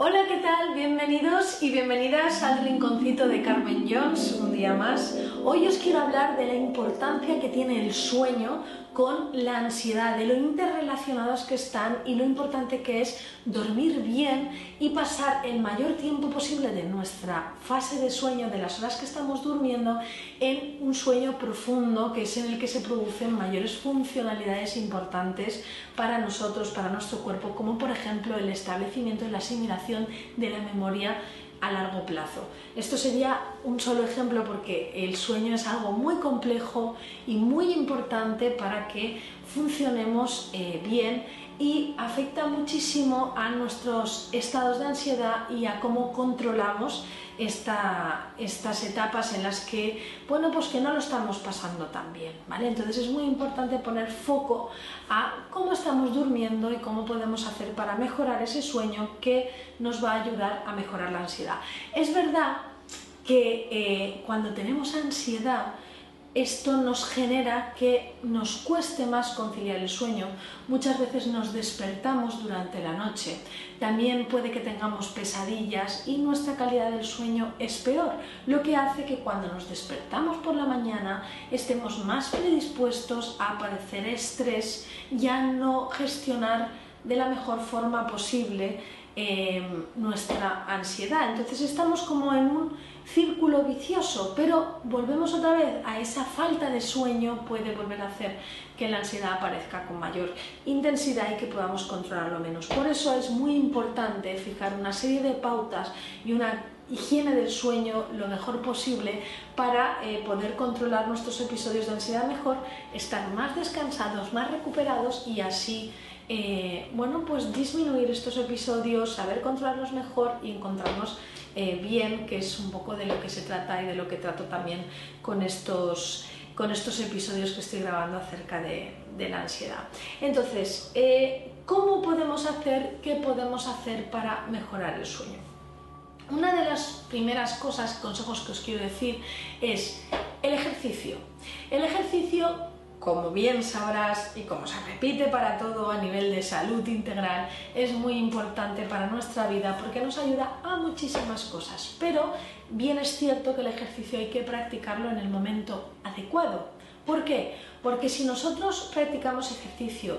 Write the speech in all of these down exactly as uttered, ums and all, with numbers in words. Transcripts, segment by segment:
Hola, ¿qué tal? Bienvenidos y bienvenidas al Rinconcito de Carmen Jones, un día más. Hoy os quiero hablar de la importancia que tiene el sueño con la ansiedad, de lo interrelacionados que están y lo importante que es dormir bien y pasar el mayor tiempo posible de nuestra fase de sueño, de las horas que estamos durmiendo, en un sueño profundo, que es en el que se producen mayores funcionalidades importantes para nosotros, para nuestro cuerpo, como por ejemplo el establecimiento y la asimilación de la memoria a largo plazo. Esto sería un solo ejemplo porque el sueño es algo muy complejo y muy importante para que funcionemos eh, bien y afecta muchísimo a nuestros estados de ansiedad y a cómo controlamos esta, estas etapas en las que, bueno, pues que no lo estamos pasando tan bien, ¿vale? Entonces es muy importante poner foco a cómo estamos durmiendo y cómo podemos hacer para mejorar ese sueño que nos va a ayudar a mejorar la ansiedad. Es verdad que eh, cuando tenemos ansiedad, esto nos genera que nos cueste más conciliar el sueño. Muchas veces nos despertamos durante la noche. También puede que tengamos pesadillas y nuestra calidad del sueño es peor, lo que hace que cuando nos despertamos por la mañana estemos más predispuestos a padecer estrés y a no gestionar de la mejor forma posible eh, nuestra ansiedad. Entonces estamos como en un círculo vicioso, pero volvemos otra vez a esa falta de sueño, puede volver a hacer que la ansiedad aparezca con mayor intensidad y que podamos controlarlo menos. Por eso es muy importante fijar una serie de pautas y una higiene del sueño lo mejor posible para eh, poder controlar nuestros episodios de ansiedad mejor, estar más descansados, más recuperados y así eh, bueno, pues disminuir estos episodios, saber controlarlos mejor y encontrarnos eh, bien, que es un poco de lo que se trata y de lo que trato también con estos, con estos episodios que estoy grabando acerca de, de la ansiedad. Entonces, eh, ¿cómo podemos hacer, qué podemos hacer para mejorar el sueño? Una de las primeras cosas, consejos que os quiero decir es el ejercicio. El ejercicio, como bien sabrás y como se repite para todo a nivel de salud integral, es muy importante para nuestra vida porque nos ayuda a muchísimas cosas. Pero bien es cierto que el ejercicio hay que practicarlo en el momento adecuado. ¿Por qué? Porque si nosotros practicamos ejercicio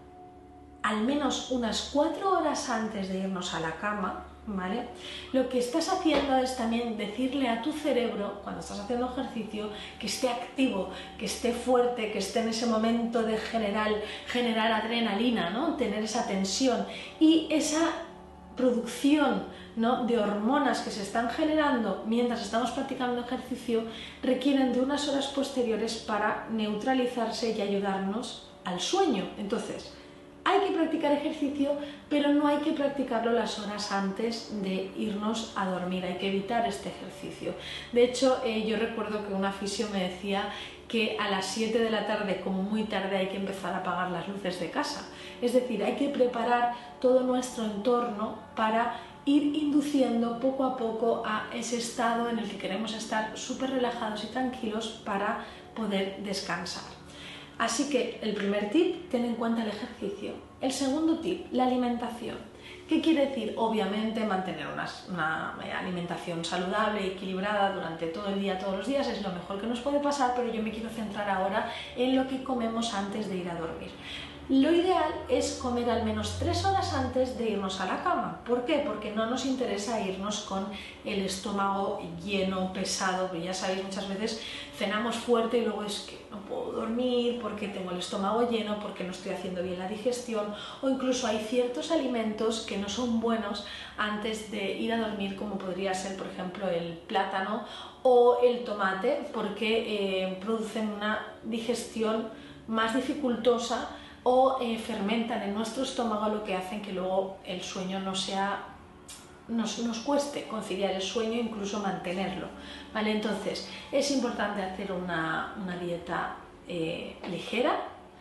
al menos unas cuatro horas antes de irnos a la cama, ¿vale? Lo que estás haciendo es también decirle a tu cerebro, cuando estás haciendo ejercicio, que esté activo, que esté fuerte, que esté en ese momento de generar, generar adrenalina, ¿no? Tener esa tensión y esa producción, ¿no?, de hormonas que se están generando mientras estamos practicando ejercicio requieren de unas horas posteriores para neutralizarse y ayudarnos al sueño. Entonces, hay que practicar ejercicio, pero no hay que practicarlo las horas antes de irnos a dormir, hay que evitar este ejercicio. De hecho, eh, yo recuerdo que una fisio me decía que a las siete de la tarde, como muy tarde, hay que empezar a apagar las luces de casa. Es decir, hay que preparar todo nuestro entorno para ir induciendo poco a poco a ese estado en el que queremos estar súper relajados y tranquilos para poder descansar. Así que el primer tip, ten en cuenta el ejercicio. El segundo tip, la alimentación. ¿Qué quiere decir? Obviamente mantener una, una alimentación saludable y equilibrada durante todo el día, todos los días, es lo mejor que nos puede pasar, pero yo me quiero centrar ahora en lo que comemos antes de ir a dormir. Lo ideal es comer al menos tres horas antes de irnos a la cama. ¿Por qué? Porque no nos interesa irnos con el estómago lleno, pesado, porque ya sabéis, muchas veces cenamos fuerte y luego es que no puedo dormir porque tengo el estómago lleno, porque no estoy haciendo bien la digestión, o incluso hay ciertos alimentos que no son buenos antes de ir a dormir, como podría ser, por ejemplo, el plátano o el tomate, porque eh, producen una digestión más dificultosa o eh, fermentan en nuestro estómago, lo que hacen que luego el sueño no sea, nos, nos cueste conciliar el sueño e incluso mantenerlo, ¿vale? Entonces es importante hacer una, una dieta eh, ligera,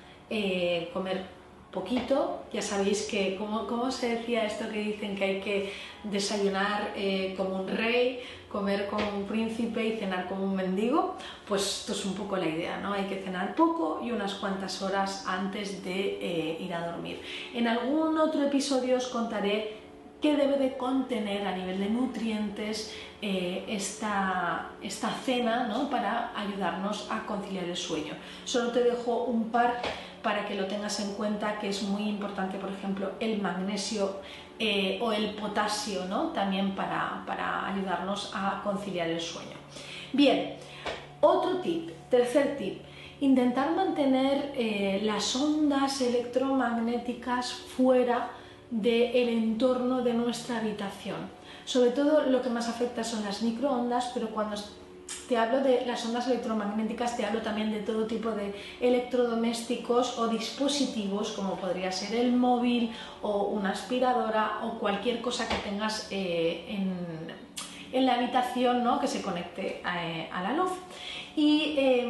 eh, comer poquito. Ya sabéis que, como, como se decía esto que dicen que hay que desayunar eh, como un rey, comer como un príncipe y cenar como un mendigo, pues esto es un poco la idea, ¿no? Hay que cenar poco y unas cuantas horas antes de eh, ir a dormir. En algún otro episodio os contaré qué debe de contener a nivel de nutrientes eh, esta, esta cena, ¿no? Para ayudarnos a conciliar el sueño. Solo te dejo un par para que lo tengas en cuenta, que es muy importante, por ejemplo, el magnesio eh, o el potasio, ¿no? También para, para ayudarnos a conciliar el sueño. Bien, otro tip, tercer tip. Intentar mantener eh, las ondas electromagnéticas fuera del entorno de nuestra habitación. Sobre todo lo que más afecta son las microondas, pero cuando te hablo de las ondas electromagnéticas te hablo también de todo tipo de electrodomésticos o dispositivos, como podría ser el móvil o una aspiradora o cualquier cosa que tengas eh, en, en la habitación, ¿no? Que se conecte a, a la luz. Y eh,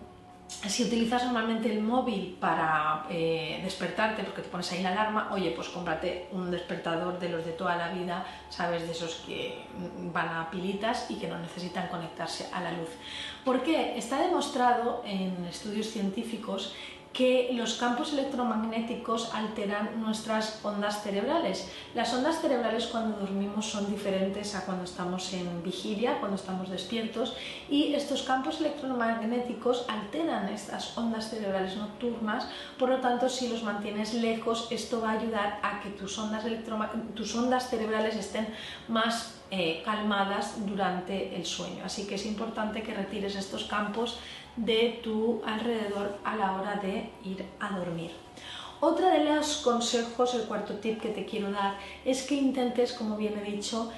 si utilizas normalmente el móvil para eh, despertarte, porque te pones ahí la alarma, oye, pues cómprate un despertador de los de toda la vida, ¿sabes? De esos que van a pilitas y que no necesitan conectarse a la luz. ¿Por qué? Está demostrado en estudios científicos que los campos electromagnéticos alteran nuestras ondas cerebrales. Las ondas cerebrales cuando dormimos son diferentes a cuando estamos en vigilia, cuando estamos despiertos, y estos campos electromagnéticos alteran estas ondas cerebrales nocturnas. Por lo tanto, si los mantienes lejos, esto va a ayudar a que tus ondas, tus ondas cerebrales estén más eh, calmadas durante el sueño. Así que es importante que retires estos campos de tu alrededor a la hora de ir a dormir. Otro de los consejos, el cuarto tip que te quiero dar, es que intentes, como bien he dicho,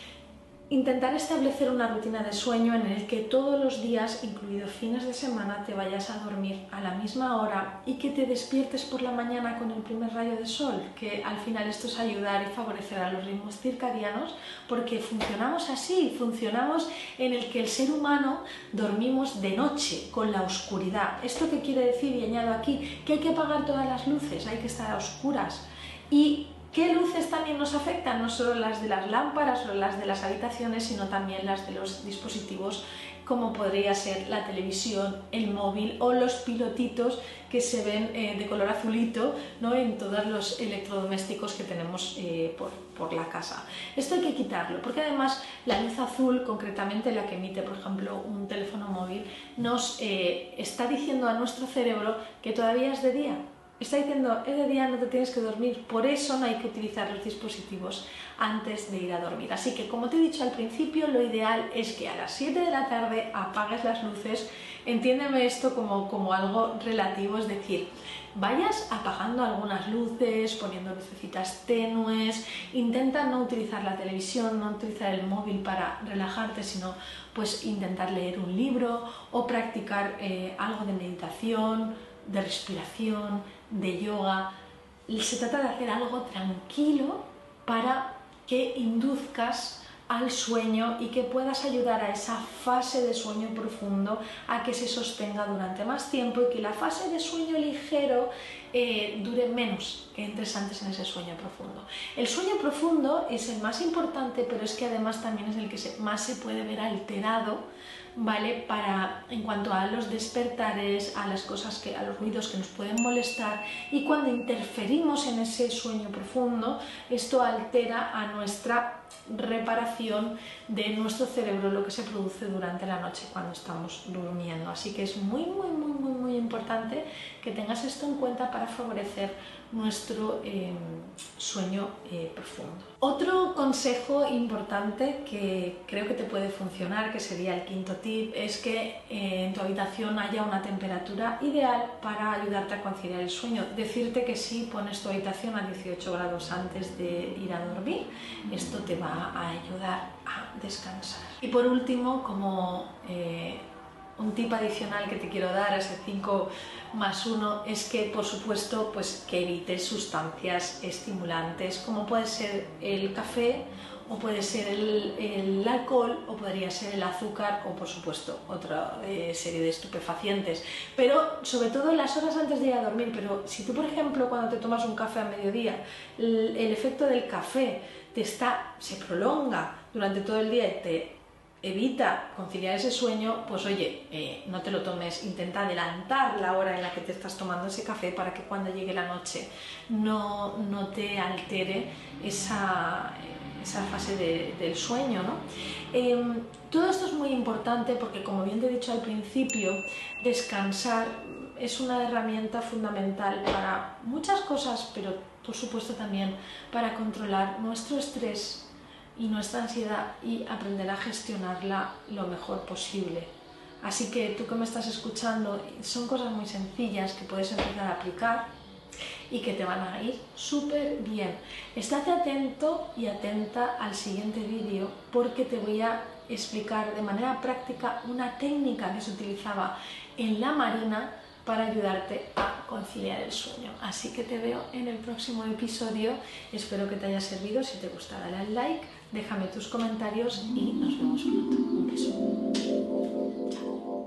intentar establecer una rutina de sueño en el que todos los días, incluidos fines de semana, te vayas a dormir a la misma hora y que te despiertes por la mañana con el primer rayo de sol, que al final esto es ayudar y favorecer a los ritmos circadianos, porque funcionamos así, funcionamos en el que el ser humano dormimos de noche, con la oscuridad. ¿Esto qué quiere decir? Y añado aquí que hay que apagar todas las luces, hay que estar a oscuras. Y ¿qué luces también nos afectan? No solo las de las lámparas o las de las habitaciones, sino también las de los dispositivos, como podría ser la televisión, el móvil o los pilotitos que se ven eh, de color azulito, ¿no? En todos los electrodomésticos que tenemos eh, por, por la casa. Esto hay que quitarlo, porque además la luz azul, concretamente la que emite, por ejemplo, un teléfono móvil, nos eh, está diciendo a nuestro cerebro que todavía es de día. Está diciendo, es de día, no te tienes que dormir, por eso no hay que utilizar los dispositivos antes de ir a dormir. Así que, como te he dicho al principio, lo ideal es que a las siete de la tarde apagues las luces. Entiéndeme esto como, como algo relativo, es decir, vayas apagando algunas luces, poniendo lucecitas tenues, intenta no utilizar la televisión, no utilizar el móvil para relajarte, sino pues intentar leer un libro o practicar eh, algo de meditación, de respiración, de yoga. Se trata de hacer algo tranquilo para que induzcas al sueño y que puedas ayudar a esa fase de sueño profundo a que se sostenga durante más tiempo y que la fase de sueño ligero eh, dure menos, que entres antes en ese sueño profundo. El sueño profundo es el más importante, pero es que además también es el que se, más se puede ver alterado, ¿vale? Para, en cuanto a los despertares, a las cosas que, a los ruidos que nos pueden molestar, y cuando interferimos en ese sueño profundo, esto altera a nuestra reparación de nuestro cerebro, lo que se produce durante la noche cuando estamos durmiendo. Así que es muy, muy, muy, muy, muy importante que tengas esto en cuenta para favorecer nuestro eh, sueño eh, profundo. Otro consejo importante que creo que te puede funcionar, que sería el quinto tip, es que eh, en tu habitación haya una temperatura ideal para ayudarte a conciliar el sueño. Decirte que si pones tu habitación a dieciocho grados antes de ir a dormir, esto te va a ayudar a descansar. Y por último, como eh, un tip adicional que te quiero dar, ese cinco más uno, es que por supuesto pues que evites sustancias estimulantes, como puede ser el café, o puede ser el, el alcohol, o podría ser el azúcar, o por supuesto otra eh, serie de estupefacientes, pero sobre todo en las horas antes de ir a dormir. Pero si tú, por ejemplo, cuando te tomas un café a mediodía, el, el efecto del café te está, se prolonga durante todo el día y te evita conciliar ese sueño, pues oye, eh, no te lo tomes, intenta adelantar la hora en la que te estás tomando ese café para que cuando llegue la noche no, no te altere esa, esa fase de, del sueño, ¿no? Eh, todo esto es muy importante porque, como bien te he dicho al principio, descansar es una herramienta fundamental para muchas cosas, pero por supuesto también para controlar nuestro estrés y nuestra ansiedad y aprender a gestionarla lo mejor posible. Así que tú que me estás escuchando, son cosas muy sencillas que puedes empezar a aplicar y que te van a ir súper bien. Estate atento y atenta al siguiente vídeo porque te voy a explicar de manera práctica una técnica que se utilizaba en la marina para ayudarte a conciliar el sueño. Así que te veo en el próximo episodio. Espero que te haya servido. Si te gusta, dale al like, déjame tus comentarios y nos vemos pronto. Un beso. Chao.